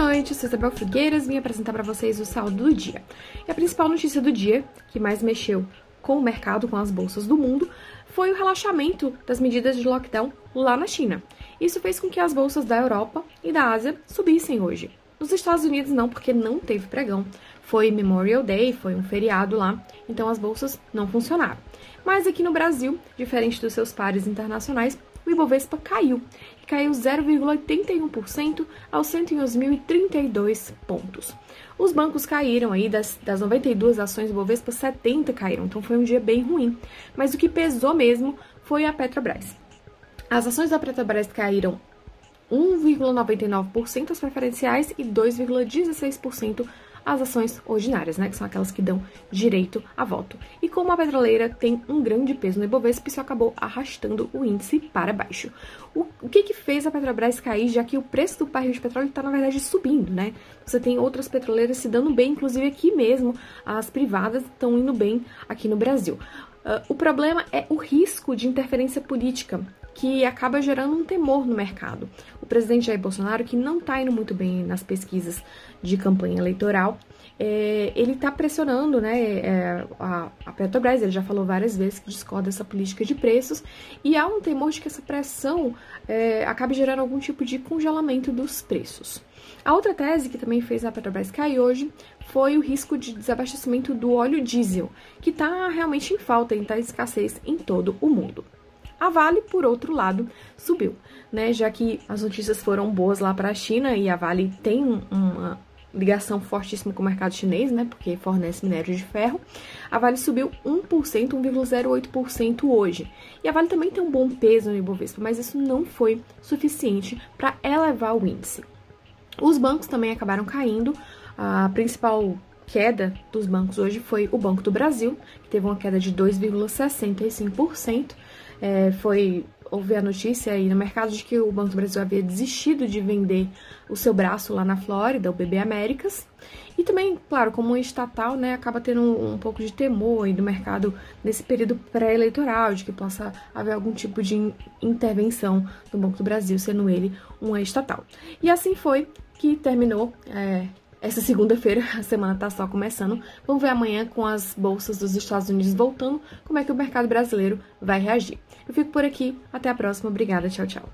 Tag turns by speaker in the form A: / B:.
A: noite, eu sou Isabel Figueiras, vim apresentar para vocês o saldo do dia. E a principal notícia do dia, que mais mexeu com o mercado, com as bolsas do mundo, foi o relaxamento das medidas de lockdown lá na China. Isso fez com que as bolsas da Europa e da Ásia subissem hoje. Nos Estados Unidos não, porque não teve pregão. Foi Memorial Day, foi um feriado lá, então as bolsas não funcionaram. Mas aqui no Brasil, diferente dos seus pares internacionais, o Ibovespa caiu 0,81% aos 111.032 pontos. Os bancos caíram aí, das 92 ações do Ibovespa, 70 caíram, então foi um dia bem ruim. Mas o que pesou mesmo foi a Petrobras. As ações da Petrobras caíram 1,99% as preferenciais e 2,16% as ações ordinárias, né, que são aquelas que dão direito a voto. E como a petroleira tem um grande peso no Ibovespa, isso acabou arrastando o índice para baixo. O que fez a Petrobras cair, já que o preço do barril de petróleo está, na verdade, subindo, né? Você tem outras petroleiras se dando bem, inclusive aqui mesmo, as privadas estão indo bem aqui no Brasil. O problema é o risco de interferência política, que acaba gerando um temor no mercado. O presidente Jair Bolsonaro, que não está indo muito bem nas pesquisas de campanha eleitoral, ele está pressionando, né, a Petrobras. Ele já falou várias vezes que discorda dessa política de preços, e há um temor de que essa pressão acabe gerando algum tipo de congelamento dos preços. A outra tese que também fez a Petrobras cair hoje foi o risco de desabastecimento do óleo diesel, que está realmente em falta, está em escassez em todo o mundo. A Vale, por outro lado, subiu, né? Já que as notícias foram boas lá para a China e a Vale tem uma ligação fortíssima com o mercado chinês, né? Porque fornece minério de ferro. A Vale subiu 1%, 1,08% hoje. E a Vale também tem um bom peso no Ibovespa, mas isso não foi suficiente para elevar o índice. Os bancos também acabaram caindo. A principal queda dos bancos hoje foi o Banco do Brasil, que teve uma queda de 2,65%. Houve a notícia aí no mercado de que o Banco do Brasil havia desistido de vender o seu braço lá na Flórida, o BB Américas. E também, claro, como um estatal, né, acaba tendo um pouco de temor aí do mercado nesse período pré-eleitoral, de que possa haver algum tipo de intervenção do Banco do Brasil, sendo ele uma estatal. E assim foi que terminou essa segunda-feira. A semana tá só começando. Vamos ver amanhã, com as bolsas dos Estados Unidos voltando, como é que o mercado brasileiro vai reagir. Eu fico por aqui. Até a próxima. Obrigada. Tchau, tchau.